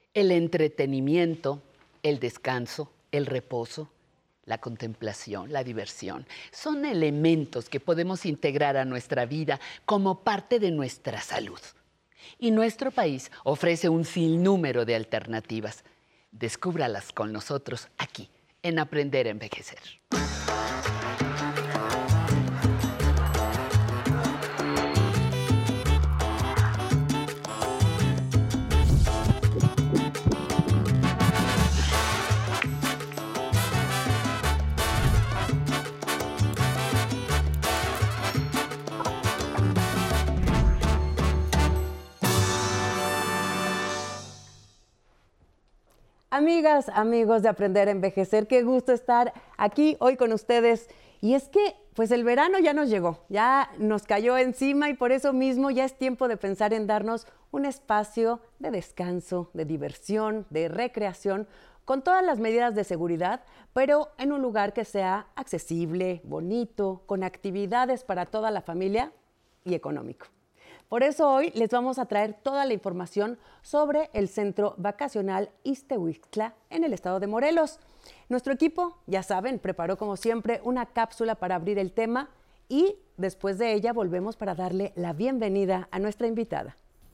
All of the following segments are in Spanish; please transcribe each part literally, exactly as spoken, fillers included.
El entretenimiento, el descanso, el reposo, la contemplación, la diversión, son elementos que podemos integrar a nuestra vida como parte de nuestra salud. Y nuestro país ofrece un sinnúmero de alternativas. Descúbralas con nosotros aquí, en Aprender a Envejecer. Amigas, amigos de Aprender a Envejecer, qué gusto estar aquí hoy con ustedes. Y es que, pues el verano ya nos llegó, ya nos cayó encima y por eso mismo ya es tiempo de pensar en darnos un espacio de descanso, de diversión, de recreación, con todas las medidas de seguridad, pero en un lugar que sea accesible, bonito, con actividades para toda la familia y económico. Por eso hoy les vamos a traer toda la información sobre el Centro Vacacional Ixtehuixtla en el estado de Morelos. Nuestro equipo, ya saben, preparó como siempre una cápsula para abrir el tema y después de ella volvemos para darle la bienvenida a nuestra invitada.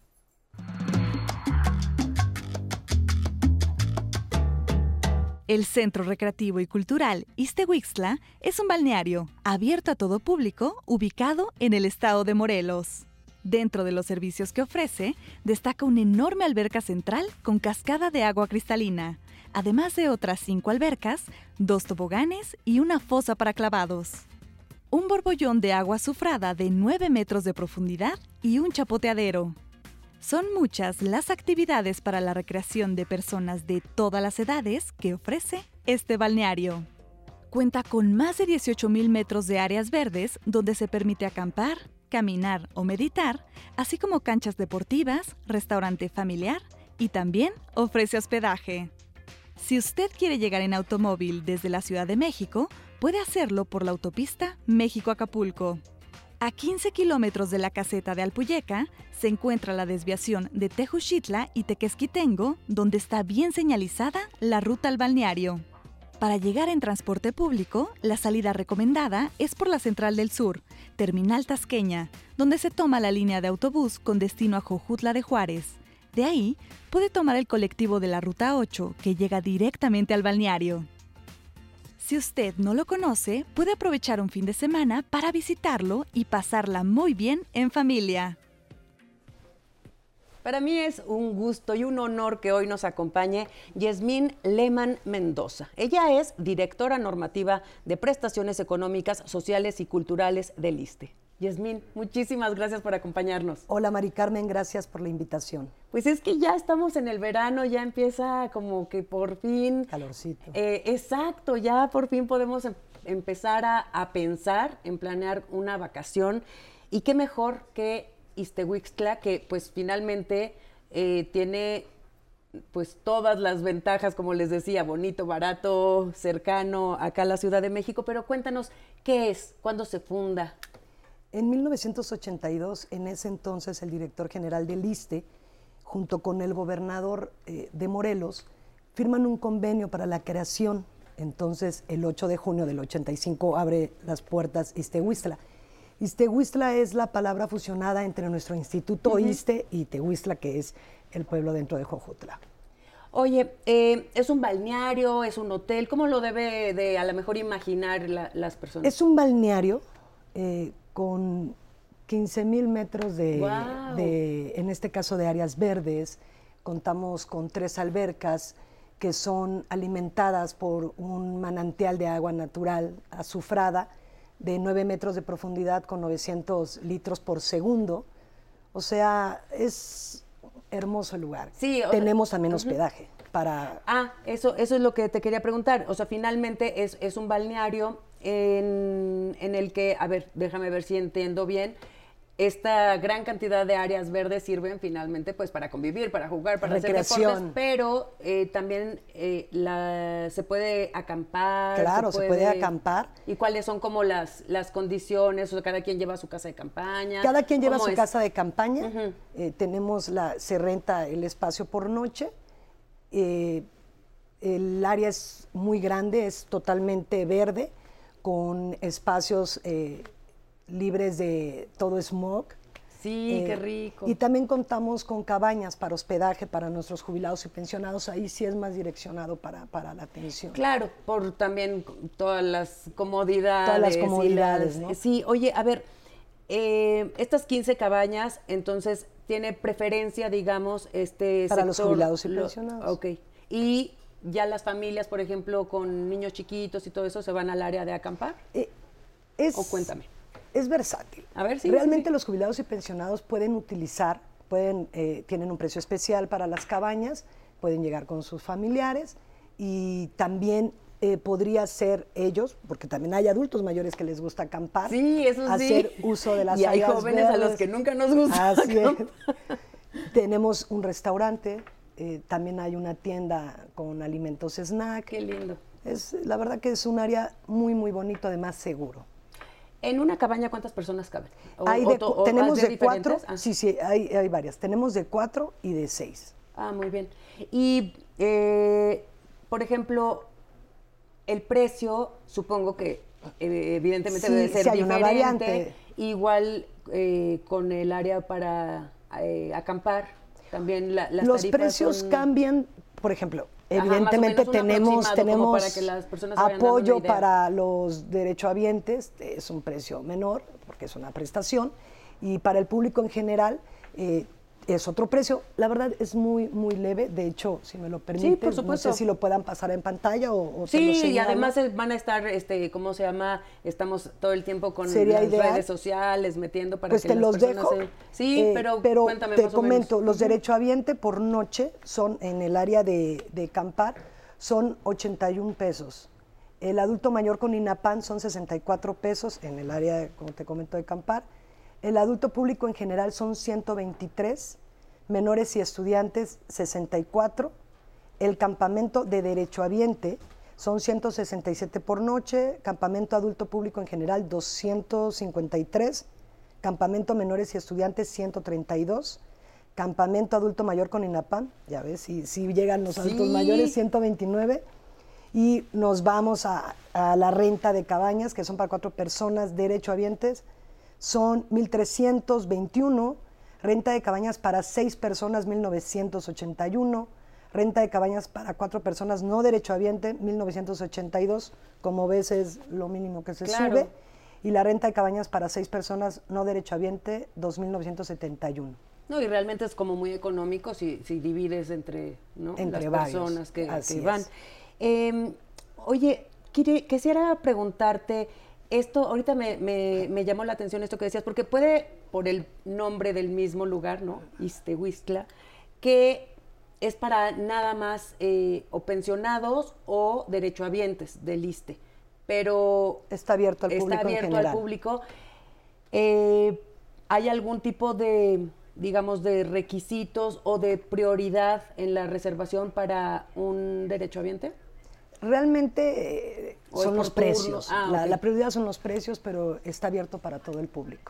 El Centro Recreativo y Cultural Ixtehuixtla es un balneario abierto a todo público ubicado en el estado de Morelos. Dentro de los servicios que ofrece, destaca una enorme alberca central con cascada de agua cristalina, además de otras cinco albercas, dos toboganes y una fosa para clavados. Un borbollón de agua azufrada de nueve metros de profundidad y un chapoteadero. Son muchas las actividades para la recreación de personas de todas las edades que ofrece este balneario. Cuenta con más de dieciocho mil metros de áreas verdes donde se permite acampar, caminar o meditar, así como canchas deportivas, restaurante familiar y también ofrece hospedaje. Si usted quiere llegar en automóvil desde la Ciudad de México, puede hacerlo por la autopista México-Acapulco. A quince kilómetros de la caseta de Alpuyeca se encuentra la desviación de Tejuxitla y Tequesquitengo, donde está bien señalizada la ruta al balneario. Para llegar en transporte público, la salida recomendada es por la Central del Sur, Terminal Tasqueña, donde se toma la línea de autobús con destino a Jojutla de Juárez. De ahí, puede tomar el colectivo de la Ruta ocho, que llega directamente al balneario. Si usted no lo conoce, puede aprovechar un fin de semana para visitarlo y pasarla muy bien en familia. Para mí es un gusto y un honor que hoy nos acompañe Yasmín Lehmann Mendoza. Ella es directora normativa de Prestaciones Económicas, Sociales y Culturales del ISSSTE. Yasmín, muchísimas gracias por acompañarnos. Hola Mari Carmen, gracias por la invitación. Pues es que ya estamos en el verano, ya empieza como que por fin... Calorcito. Eh, exacto, ya por fin podemos em- empezar a, a pensar en planear una vacación y qué mejor que Ixtehuixtla, que pues finalmente eh, tiene pues todas las ventajas, como les decía, bonito, barato, cercano, acá a la Ciudad de México, pero cuéntanos, ¿qué es? ¿Cuándo se funda? En mil novecientos ochenta y dos, en ese entonces el director general del ISSSTE, junto con el gobernador eh, de Morelos, firman un convenio para la creación. Entonces, el ocho de junio del ochenta y cinco abre las puertas Ixtehuixtla. Ixtehuixtla es la palabra fusionada entre nuestro instituto uh-huh. ISSSTE y Tehuixtla, que es el pueblo dentro de Jojutla. Oye, eh, ¿es un balneario, es un hotel? ¿Cómo lo debe de a lo mejor imaginar la, las personas? Es un balneario eh, con quince mil metros de, wow. de, en este caso, de áreas verdes. Contamos con tres albercas que son alimentadas por un manantial de agua natural azufrada de nueve metros de profundidad con novecientos litros por segundo. O sea, es hermoso el lugar. Sí, o Tenemos también uh-huh. hospedaje para... Ah, eso, eso es lo que te quería preguntar. O sea, finalmente es, es un balneario en, en el que, a ver, déjame ver si entiendo bien, esta gran cantidad de áreas verdes sirven finalmente pues para convivir, para jugar, para recreación. Hacer deportes, pero eh, también eh, la, se puede acampar. Claro, se puede, se puede acampar. ¿Y cuáles son como las, las condiciones? O sea, cada quien lleva su casa de campaña. Cada quien lleva su es? casa de campaña. Uh-huh. eh, tenemos la, se renta el espacio por noche eh, el área es muy grande, es totalmente verde, con espacios eh, libres de todo smog. Sí, Eh, qué rico. Y también contamos con cabañas para hospedaje para nuestros jubilados y pensionados. Ahí sí es más direccionado para, para la atención. Claro, por también todas las comodidades. Todas las y comodidades, las- ¿no? Sí, oye, a ver, eh, estas quince cabañas, entonces, ¿tiene preferencia, digamos, este Para los sector? jubilados y Lo- pensionados. Ok. Y ya las familias, por ejemplo, con niños chiquitos y todo eso, ¿se van al área de acampar? Eh, es, O cuéntame. Es versátil. A ver, sí, Realmente sí, sí. los jubilados y pensionados pueden utilizar, pueden, eh, tienen un precio especial para las cabañas, pueden llegar con sus familiares y también eh, podría ser ellos, porque también hay adultos mayores que les gusta acampar, Sí, eso sí. hacer uso de las Y hay áreas jóvenes a los verdes. que nunca nos gusta Así es. acampar. Tenemos un restaurante, eh, también hay una tienda con alimentos snack. Qué lindo. Es, la verdad que es un área muy, muy bonito, además seguro. ¿En una cabaña cuántas personas caben? ¿O- Hay o de to- cu- o tenemos has de cuatro, diferentes? Ah. sí, sí, hay, hay varias. Tenemos de cuatro y de seis. Ah, muy bien. Y, eh, por ejemplo, el precio, supongo que eh, evidentemente Sí, debe ser sí hay una diferente. variante. Igual eh, con el área para eh, acampar, también la- las Los tarifas precios son- cambian, por ejemplo, Ajá, más o evidentemente menos un tenemos, aproximado, como tenemos para que las personas se vayan dando apoyo una idea. para los derechohabientes, es un precio menor, porque es una prestación, y para el público en general eh, es otro precio. La verdad es muy, muy leve, de hecho, si me lo permiten, por no supuesto. sé si lo puedan pasar en pantalla o, o se lo Sí, y señalo. además eh, van a estar, este, ¿cómo se llama? Estamos todo el tiempo con Sería las ideal. redes sociales, metiendo para Pues que te las los personas dejo. se- Sí, eh, pero, cuéntame te más comento, o menos. los Ujú. derechohabientes por noche son en el área de, de acampar, son ochenta y un pesos. El adulto mayor con INAPAN son sesenta y cuatro pesos en el área, de, como te comento, de acampar. El adulto público en general son ciento veintitrés, menores y estudiantes sesenta y cuatro. El campamento de derechohabiente son ciento sesenta y siete por noche, campamento adulto público en general doscientos cincuenta y tres, campamento menores y estudiantes ciento treinta y dos, campamento adulto mayor con INAPAM, ya ves, si, si llegan los adultos Sí. mayores, ciento veintinueve, y nos vamos a, a la renta de cabañas, que son para cuatro personas, derechohabientes, son mil trescientos veintiuno, renta de cabañas para seis personas, mil novecientos ochenta y uno, renta de cabañas para cuatro personas no derechohabiente, mil novecientos ochenta y dos, como ves es lo mínimo que se Claro. sube, y la renta de cabañas para seis personas no derechohabiente, dos mil novecientos setenta y uno. No, y realmente es como muy económico si, si divides entre, ¿no? Entre las varios, personas que, así que van. es. Eh, oye, quiri- quisiera preguntarte, esto ahorita me, me- me llamó la atención esto que decías, porque puede, por el nombre del mismo lugar, ¿no? Iztehuistla, que es para nada más eh, o pensionados o derechohabientes del ISSSTE, pero Está abierto al está público en abierto general. al público. Eh, ¿Hay algún tipo de, digamos, de requisitos o de prioridad en la reservación para un derechohabiente? Realmente eh, ¿O es son por los turno? precios. Ah, la, ok. la prioridad son los precios, pero está abierto para todo el público.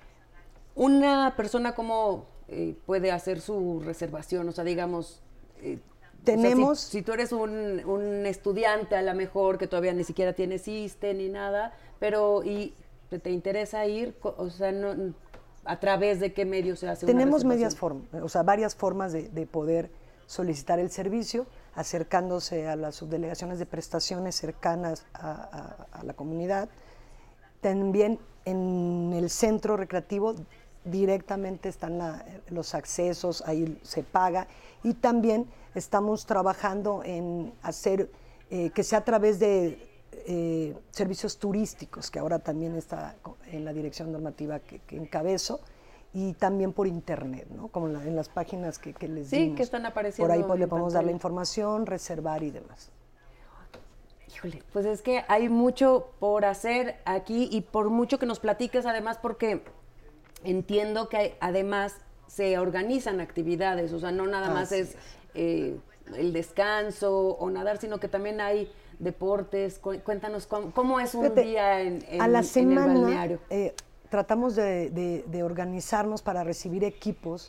Una persona, ¿cómo eh, puede hacer su reservación? O sea, digamos... eh, Tenemos- o sea, si, si tú eres un, un estudiante, a lo mejor, que todavía ni siquiera tienes ISSSTE ni nada, pero y te, te interesa ir, co- o sea, no, ¿a través de qué medio se hace una Tenemos reservación? medias formas, o sea, varias formas de, de poder solicitar el servicio, acercándose a las subdelegaciones de prestaciones cercanas a, a- a la comunidad. También en el centro recreativo directamente están la- los accesos, ahí se paga. Y también estamos trabajando en hacer eh, que sea a través de eh, servicios turísticos, que ahora también está en la dirección normativa que, que encabezo, y también por internet, ¿no? Como en, la- en las páginas que, que les Sí, dimos. que están apareciendo Por ahí pues, le en podemos dar la pantalla. información, reservar y demás. Híjole, pues es que hay mucho por hacer aquí y por mucho que nos platiques, además, porque entiendo que hay- además se organizan actividades, o sea, no nada más Así es es. eh, el descanso o nadar, sino que también hay deportes. Cu- Cuéntanos cómo, cómo es un Fíjate, día en, en- a la en el semana balneario. eh, tratamos de, de- de organizarnos para recibir equipos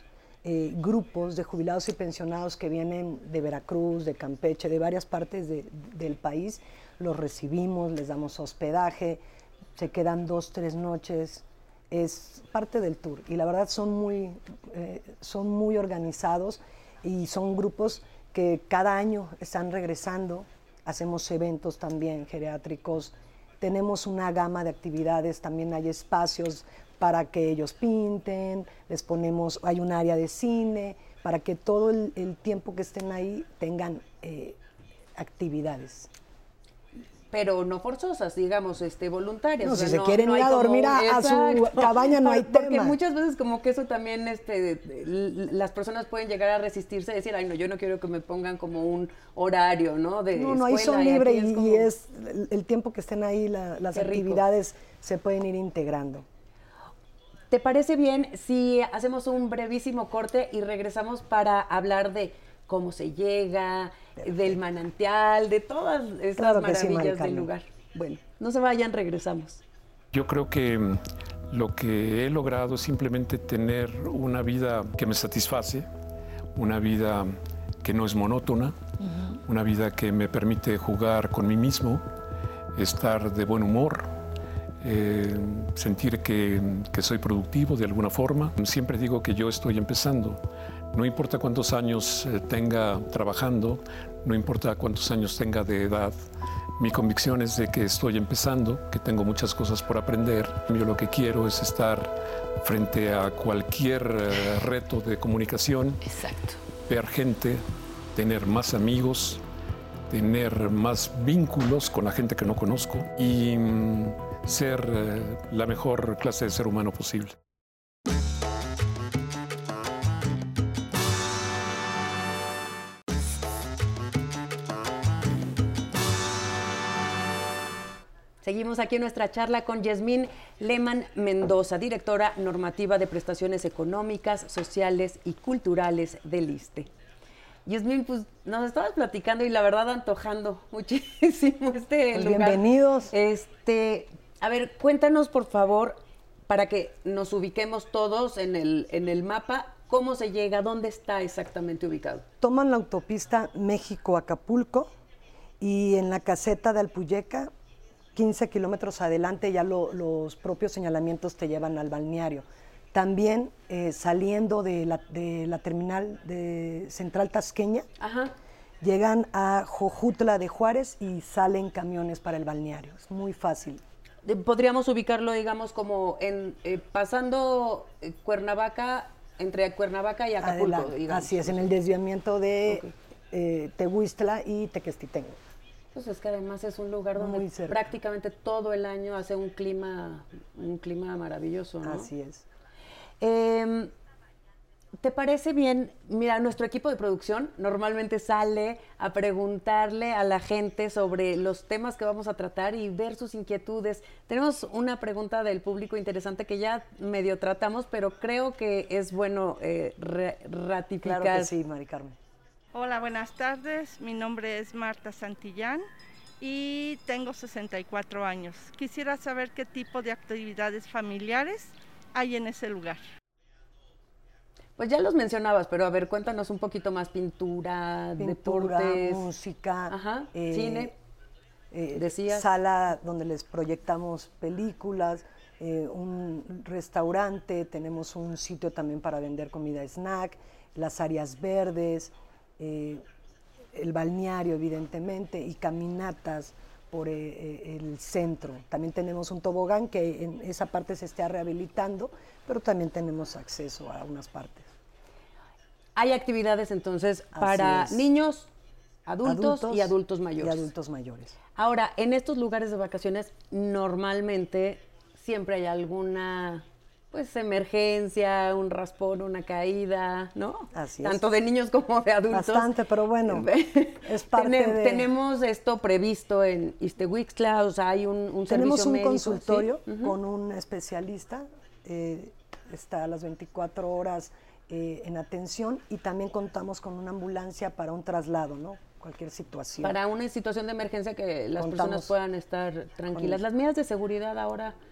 eh, grupos de jubilados y pensionados que vienen de Veracruz, de Campeche, de varias partes de, del país. Los recibimos, les damos hospedaje, se quedan dos, tres noches. Es parte del tour y la verdad son muy, eh, son muy organizados y son grupos que cada año están regresando. Hacemos eventos también geriátricos, tenemos una gama de actividades, también hay espacios para que ellos pinten, les ponemos, hay un área de cine, para que todo el, el tiempo que estén ahí tengan eh, actividades. Pero no forzosas, digamos, este, voluntarias. No, o sea, si se no, quieren no ir a como, dormir a, a su cabaña, no hay Porque tema. muchas veces como que eso también, este, las personas pueden llegar a resistirse y decir, ay, no, yo no quiero que me pongan como un horario, ¿no? De no, no, ahí son y libres es y, como... y es el, el tiempo que estén ahí, la, las Qué rico. actividades se pueden ir integrando. ¿Te parece bien si hacemos un brevísimo corte y regresamos para hablar de cómo se llega, perfecto, del manantial, de todas esas claro que maravillas sí, del lugar? Bueno, no se vayan, regresamos. Yo creo que lo que he logrado es simplemente tener una vida que me satisface, una vida que no es monótona, uh-huh, una vida que me permite jugar con mí mismo, estar de buen humor, eh, sentir que, que soy productivo de alguna forma. Siempre digo que yo estoy empezando. No importa cuántos años tenga trabajando, no importa cuántos años tenga de edad, mi convicción es de que estoy empezando, que tengo muchas cosas por aprender. Yo lo que quiero es estar frente a cualquier uh, reto de comunicación, exacto, ver gente, tener más amigos, tener más vínculos con la gente que no conozco y um, ser uh, la mejor clase de ser humano posible. Seguimos aquí en nuestra charla con Yasmín Lehmann Mendoza, directora normativa de prestaciones económicas, sociales y culturales del ISSSTE. Yasmín, pues nos estabas platicando y la verdad antojando muchísimo este pues lugar. Bienvenidos. Este, a ver, cuéntanos por favor, para que nos ubiquemos todos en el, en el mapa, ¿cómo se llega? ¿Dónde está exactamente ubicado? Toman la autopista México-Acapulco y en la caseta de Alpuyeca, quince kilómetros adelante, ya lo, los propios señalamientos te llevan al balneario. También eh, saliendo de la, de la terminal de Central Tasqueña, ajá, llegan a Jojutla de Juárez y salen camiones para el balneario. Es muy fácil. Podríamos ubicarlo, digamos, como en eh, pasando Cuernavaca, entre Cuernavaca y Acapulco. Adelante, digamos. Así es, en el desviamiento de okay. eh, Tehuistla y Tequestitengo. Pues es que además es un lugar donde prácticamente todo el año hace un clima, un clima maravilloso, ¿no? Así es. Eh, ¿Te parece bien? Mira, nuestro equipo de producción normalmente sale a preguntarle a la gente sobre los temas que vamos a tratar y ver sus inquietudes. Tenemos una pregunta del público interesante que ya medio tratamos, pero creo que es bueno eh, re- ratificar. Claro que sí, Mari Carmen. Hola, buenas tardes. Mi nombre es Marta Santillán y tengo sesenta y cuatro años. Quisiera saber qué tipo de actividades familiares hay en ese lugar. Pues ya los mencionabas, pero a ver, cuéntanos un poquito más. Pintura, Pintura, deportes, música, ajá, eh, cine, eh, decías. Sala donde les proyectamos películas, eh, un restaurante, tenemos un sitio también para vender comida snack, las áreas verdes, eh, el balneario evidentemente y caminatas por eh, el centro. También tenemos un tobogán que en esa parte se está rehabilitando, pero también tenemos acceso a unas partes. Hay actividades entonces para niños, adultos, adultos y adultos mayores. Y adultos mayores. Ahora, en estos lugares de vacaciones normalmente siempre hay alguna pues emergencia, un raspón, una caída, ¿no? Así es. Tanto de niños como de adultos. Bastante, pero bueno, es parte Tenem, de... Tenemos esto previsto en ISSSTE-Wixtla, o sea, hay un, un tenemos servicio un médico. Consultorio ¿sí? con uh-huh. un especialista, eh, está a las veinticuatro horas eh, en atención y también contamos con una ambulancia para un traslado, ¿no? Cualquier situación. Para una situación de emergencia que las contamos personas puedan estar tranquilas. Las medidas de seguridad ahora...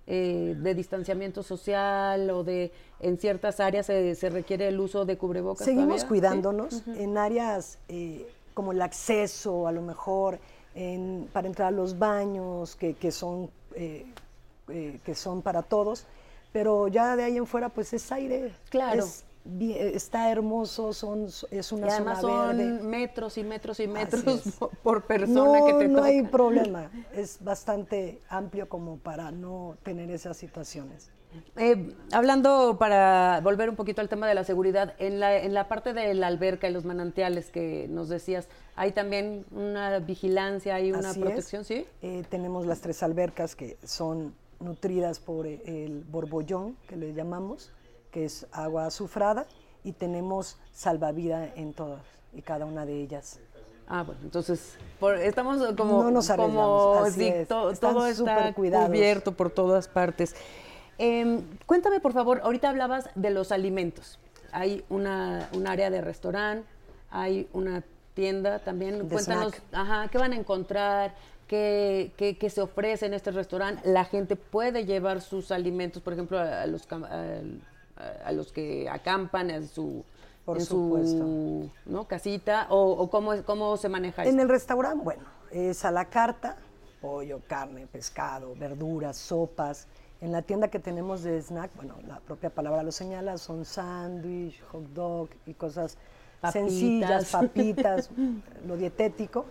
eh, de distanciamiento social o de en ciertas áreas se, se requiere el uso de cubrebocas? Seguimos todavía? cuidándonos. ¿Sí? Uh-huh. En áreas eh, como el acceso, a lo mejor, en, para entrar a los baños, que, que, son, eh, eh, que son para todos, pero ya de ahí en fuera, pues es aire. Claro. Es, está hermoso, son, es una y además zona son verde. metros y metros y metros por, por persona no, que te no toca. hay problema, es bastante amplio como para no tener esas situaciones. Eh, hablando, para volver un poquito al tema de la seguridad, en la, en la parte de la alberca y los manantiales que nos decías, ¿hay también una vigilancia, hay una Así protección? Es. ¿Sí? Eh, tenemos las tres albercas que son nutridas por el borbollón, que le llamamos, que es agua azufrada, y tenemos salvavidas en todas y cada una de ellas. Ah, bueno, entonces por, estamos como, no nos como así sí, es. to, todo está cubierto por todas partes. Eh, cuéntame, por favor, ahorita hablabas de los alimentos. Hay una, un área de restaurante, hay una tienda también. De Cuéntanos, snack. Ajá, ¿qué van a encontrar? ¿Qué, qué, qué se ofrece en este restaurante? La gente puede llevar sus alimentos, por ejemplo, a, a los a, a los que acampan en su, por en supuesto. su ¿no? casita, o, o cómo, cómo se maneja eso. En el restaurante, bueno, es a la carta, pollo, carne, pescado, verduras, sopas. En la tienda que tenemos de snack, bueno, la propia palabra lo señala, son sándwich, hot dog y cosas papitas. sencillas, papitas, lo dietético.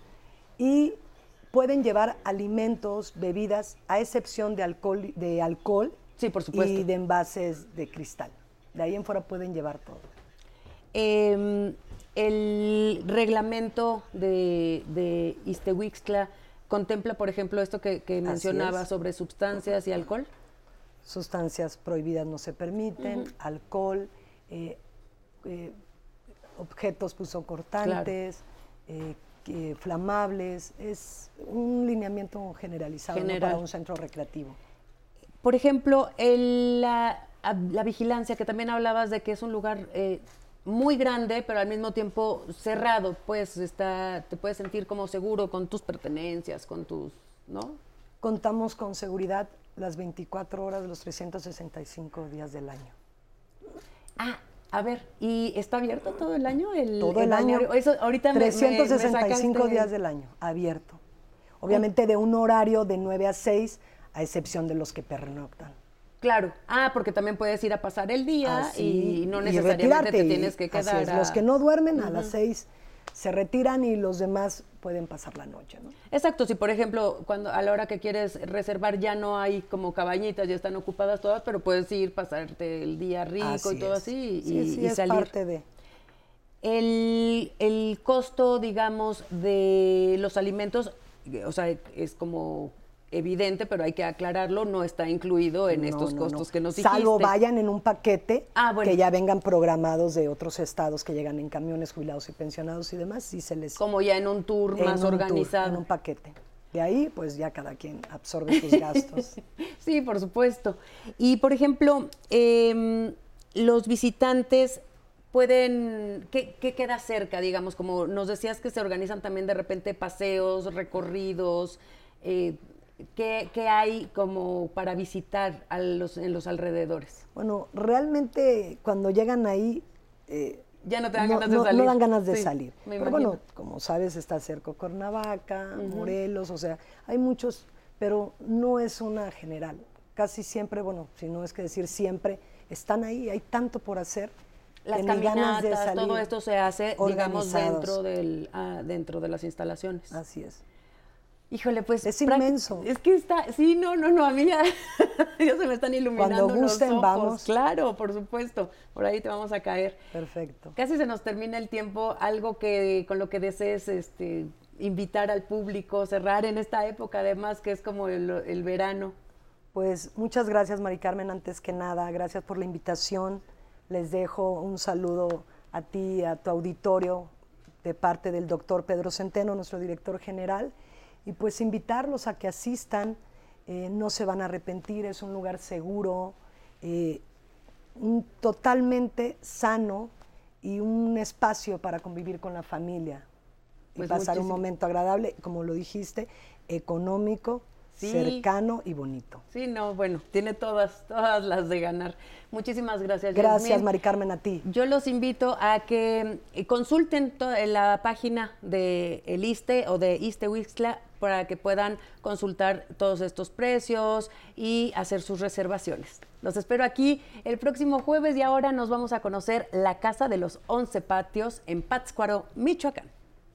Y pueden llevar alimentos, bebidas, a excepción de alcohol, de alcohol sí, por supuesto. y de envases de cristal. De ahí en fuera pueden llevar todo. Eh, el reglamento de, de Ixtehuixtla contempla, por ejemplo, esto que, que mencionaba sobre sustancias y alcohol. Sustancias prohibidas no se permiten, uh-huh. alcohol, eh, eh, objetos punzocortantes, claro. eh, eh, flamables. Es un lineamiento generalizado General. ¿no? para un centro recreativo. Por ejemplo, el, la, la vigilancia, que también hablabas de que es un lugar eh, muy grande, pero al mismo tiempo cerrado, pues está, te puedes sentir como seguro con tus pertenencias, con tus, ¿no? Contamos con seguridad las veinticuatro horas, los trescientos sesenta y cinco días del año. Ah, a ver, ¿y está abierto todo el año? El, todo el, el año, año. Eso, ahorita trescientos sesenta y cinco me, me días del año, abierto. Obviamente de un horario de nueve a seis, a excepción de los que pernoctan. Claro, ah, porque también puedes ir a pasar el día Así, y no necesariamente y te tienes que quedar. Así es. A... Los que no duermen a uh-huh. las seis se retiran y los demás pueden pasar la noche, ¿no? Exacto, si por ejemplo, cuando a la hora que quieres reservar ya no hay como cabañitas, ya están ocupadas todas, pero puedes ir, pasarte el día rico así y todo es. así sí, y, sí, y es salir. parte de... El, el costo, digamos, de los alimentos, o sea, es como evidente, pero hay que aclararlo, no está incluido en no, estos no, costos no. que nos dijiste. Salvo vayan en un paquete ah, bueno. que ya vengan programados de otros estados que llegan en camiones, jubilados y pensionados y demás, y se les... Como ya en un tour en más un organizado. Tour, en un paquete. De ahí, pues ya cada quien absorbe sus gastos. Sí, por supuesto. Y, por ejemplo, eh, los visitantes pueden, ¿qué, ¿qué queda cerca, digamos? Como nos decías que se organizan también de repente paseos, recorridos, eh, ¿qué, ¿qué hay como para visitar a los, en los alrededores? Bueno, realmente cuando llegan ahí... Eh, ya no te dan no, ganas de no, salir. No dan ganas de sí, salir. Me pero imagino. bueno, como sabes, está cerca Cuernavaca, uh-huh. Morelos, o sea, hay muchos, pero no es una general. Casi siempre, bueno, si no es que decir siempre, están ahí, hay tanto por hacer. Las caminatas, de salir todo esto se hace, digamos, dentro, del, ah, dentro de las instalaciones. Así es. Híjole, pues... Es inmenso. Es que está... Sí, no, no, no, a mí ya, ya se me están iluminando Cuando gusten, los ojos. vamos. Claro, por supuesto. Por ahí te vamos a caer. Perfecto. Casi se nos termina el tiempo. Algo que con lo que desees este, invitar al público, cerrar en esta época, además, que es como el, el verano. Pues muchas gracias, Mari Carmen, antes que nada. Gracias por la invitación. Les dejo un saludo a ti, a tu auditorio, de parte del doctor Pedro Centeno, nuestro director general. Y pues invitarlos a que asistan, eh, no se van a arrepentir, es un lugar seguro, eh, un, totalmente sano y un espacio para convivir con la familia pues y pasar muchísimo. un momento agradable, como lo dijiste, económico, Sí. cercano y bonito. Sí, no, bueno, tiene todas, todas las de ganar. Muchísimas gracias, Gracias, Yasmín. Mari Carmen, a ti. Yo los invito a que eh, consulten to- en la página de el ISSSTE o de ISSSTE Wixla para que puedan consultar todos estos precios y hacer sus reservaciones. Los espero aquí el próximo jueves y ahora nos vamos a conocer la Casa de los Once Patios en Pátzcuaro, Michoacán.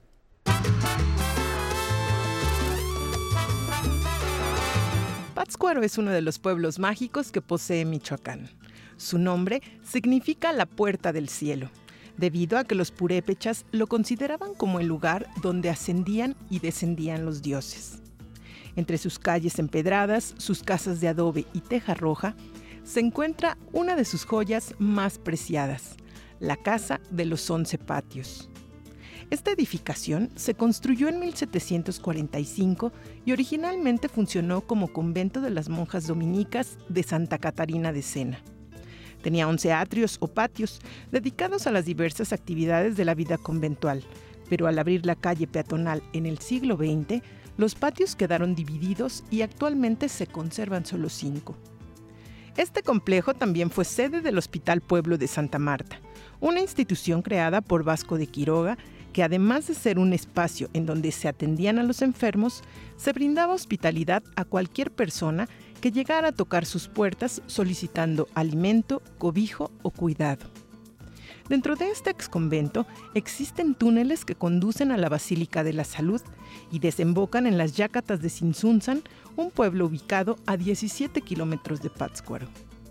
Pátzcuaro es uno de los pueblos mágicos que posee Michoacán. Su nombre significa la puerta del cielo, debido a que los purépechas lo consideraban como el lugar donde ascendían y descendían los dioses. Entre sus calles empedradas, sus casas de adobe y teja roja, se encuentra una de sus joyas más preciadas, la Casa de los Once Patios. Esta edificación se construyó en mil setecientos cuarenta y cinco y originalmente funcionó como convento de las monjas dominicas de Santa Catarina de Sena. Tenía once atrios o patios dedicados a las diversas actividades de la vida conventual, pero al abrir la calle peatonal en el siglo veinte, los patios quedaron divididos y actualmente se conservan solo cinco. Este complejo también fue sede del Hospital Pueblo de Santa Marta, una institución creada por Vasco de Quiroga que además de ser un espacio en donde se atendían a los enfermos, se brindaba hospitalidad a cualquier persona que llegara a tocar sus puertas solicitando alimento, cobijo o cuidado. Dentro de este exconvento existen túneles que conducen a la Basílica de la Salud y desembocan en las Yácatas de Sinsunzan, un pueblo ubicado a diecisiete kilómetros de Pátzcuaro.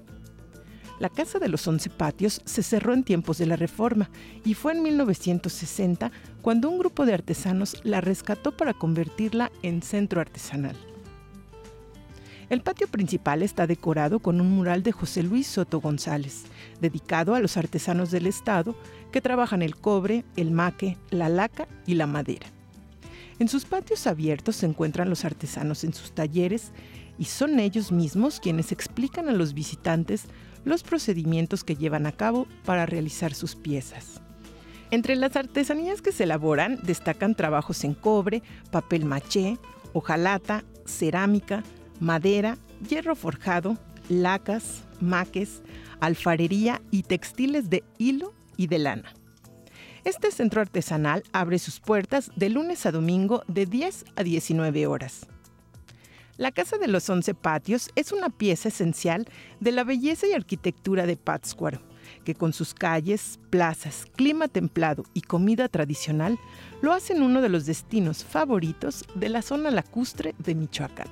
La Casa de los Once Patios se cerró en tiempos de la Reforma y fue en mil novecientos sesenta cuando un grupo de artesanos la rescató para convertirla en centro artesanal. El patio principal está decorado con un mural de José Luis Soto González, dedicado a los artesanos del estado que trabajan el cobre, el maque, la laca y la madera. En sus patios abiertos se encuentran los artesanos en sus talleres y son ellos mismos quienes explican a los visitantes los procedimientos que llevan a cabo para realizar sus piezas. Entre las artesanías que se elaboran destacan trabajos en cobre, papel maché, hojalata, cerámica, madera, hierro forjado, lacas, maques, alfarería y textiles de hilo y de lana. Este centro artesanal abre sus puertas de lunes a domingo de diez a diecinueve horas. La Casa de los Once Patios es una pieza esencial de la belleza y arquitectura de Pátzcuaro, que con sus calles, plazas, clima templado y comida tradicional lo hacen uno de los destinos favoritos de la zona lacustre de Michoacán.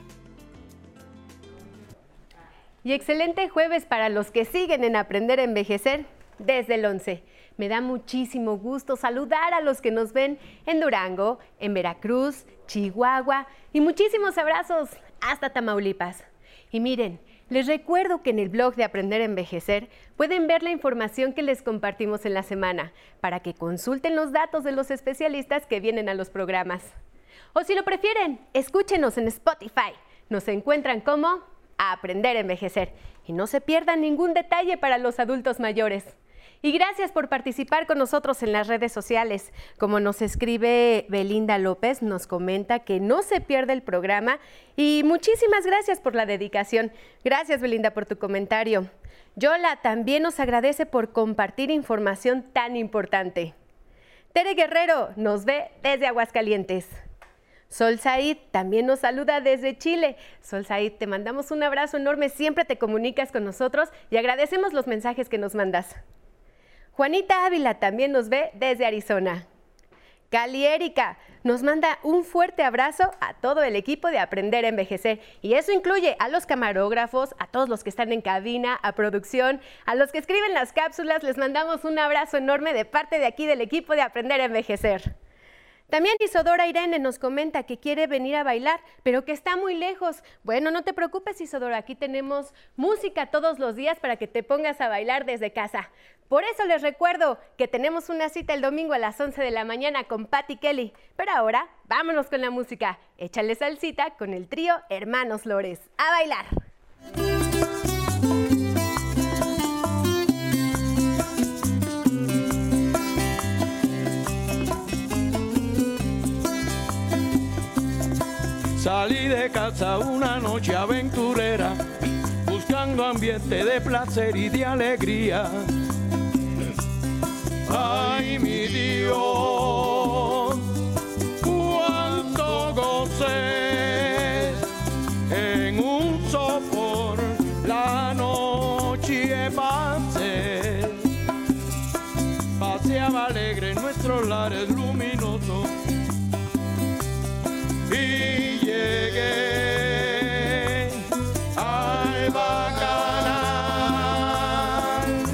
Y excelente jueves para los que siguen en Aprender a Envejecer desde el once. Me da muchísimo gusto saludar a los que nos ven en Durango, en Veracruz, Chihuahua y muchísimos abrazos hasta Tamaulipas. Y miren, les recuerdo que en el blog de Aprender a Envejecer pueden ver la información que les compartimos en la semana para que consulten los datos de los especialistas que vienen a los programas. O si lo prefieren, escúchenos en Spotify. Nos encuentran como Aprender a Envejecer y no se pierdan ningún detalle para los adultos mayores. Y gracias por participar con nosotros en las redes sociales. Como nos escribe Belinda López, nos comenta que no se pierde el programa y muchísimas gracias por la dedicación. Gracias, Belinda, por tu comentario. Yola también nos agradece por compartir información tan importante. Tere Guerrero nos ve desde Aguascalientes. Sol Said también nos saluda desde Chile. Sol Said, te mandamos un abrazo enorme, siempre te comunicas con nosotros y agradecemos los mensajes que nos mandas. Juanita Ávila también nos ve desde Arizona. Cali Erika nos manda un fuerte abrazo a todo el equipo de Aprender a Envejecer. Y eso incluye a los camarógrafos, a todos los que están en cabina, a producción, a los que escriben las cápsulas. Les mandamos un abrazo enorme de parte de aquí del equipo de Aprender a Envejecer. También Isodora Irene nos comenta que quiere venir a bailar, pero que está muy lejos. Bueno, no te preocupes, Isodora, aquí tenemos música todos los días para que te pongas a bailar desde casa. Por eso les recuerdo que tenemos una cita el domingo a las once de la mañana con Patti Kelly. Pero ahora, vámonos con la música. Échale salsita con el trío Hermanos Lores. ¡A bailar! Salí de casa una noche aventurera, buscando ambiente de placer y de alegría. Ay, mi Dios, cuánto gocé en un sopor, la noche pasé. Paseaba alegre en nuestros lares luminosos y llegué al Bacanal.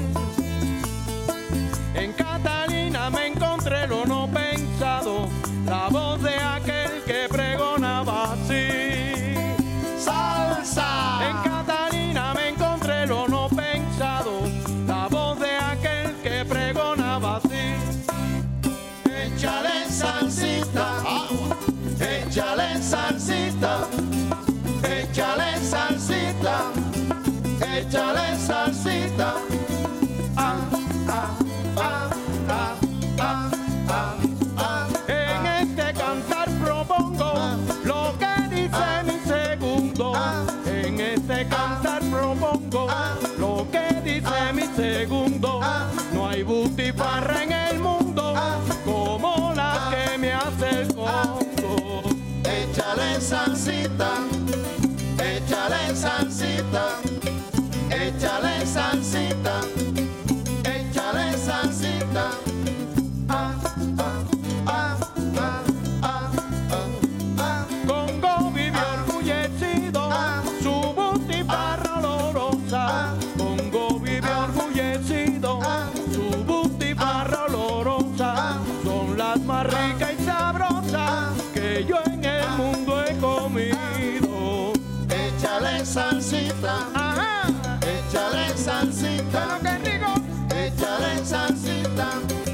En Catalina me encontré lo no pensado, la voz de aquel que pregonaba así. ¡Salsa! En Catalina me encontré lo no pensado, la voz de aquel que pregonaba así. Échale salsita, échale salsita, échale salsita, échale salsita. Ah, ah, ah, ah, ah, ah, ah. En este cantar propongo lo que dice mi segundo. En este cantar propongo lo que dice mi segundo. No hay butifarra en el mundo como la que me hace el Congo. Échale salsita, échale salsita, échale salsita, échale salsita. Ah, ah, ah, ah, ah, ah. Congo vivió orgullecido, su butifarra olorosa. Congo vivió orgullecido, su butifarra olorosa. Son las más ricas y sabrosas que yo en el mundo he comido. Échale salsita, ajá, échale salsita, lo que digo, échale salsita.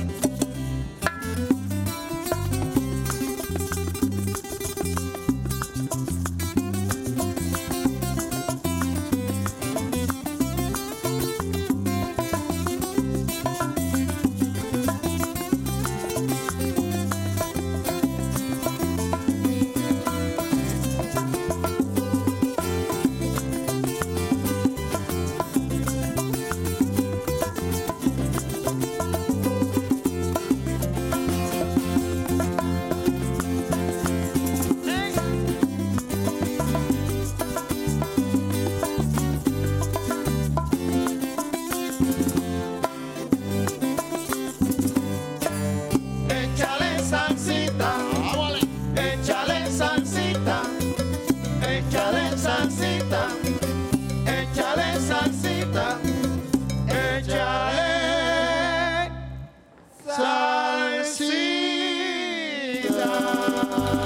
Échale salsita, échale salsita, échale salsita, échale salsita, échale salsita.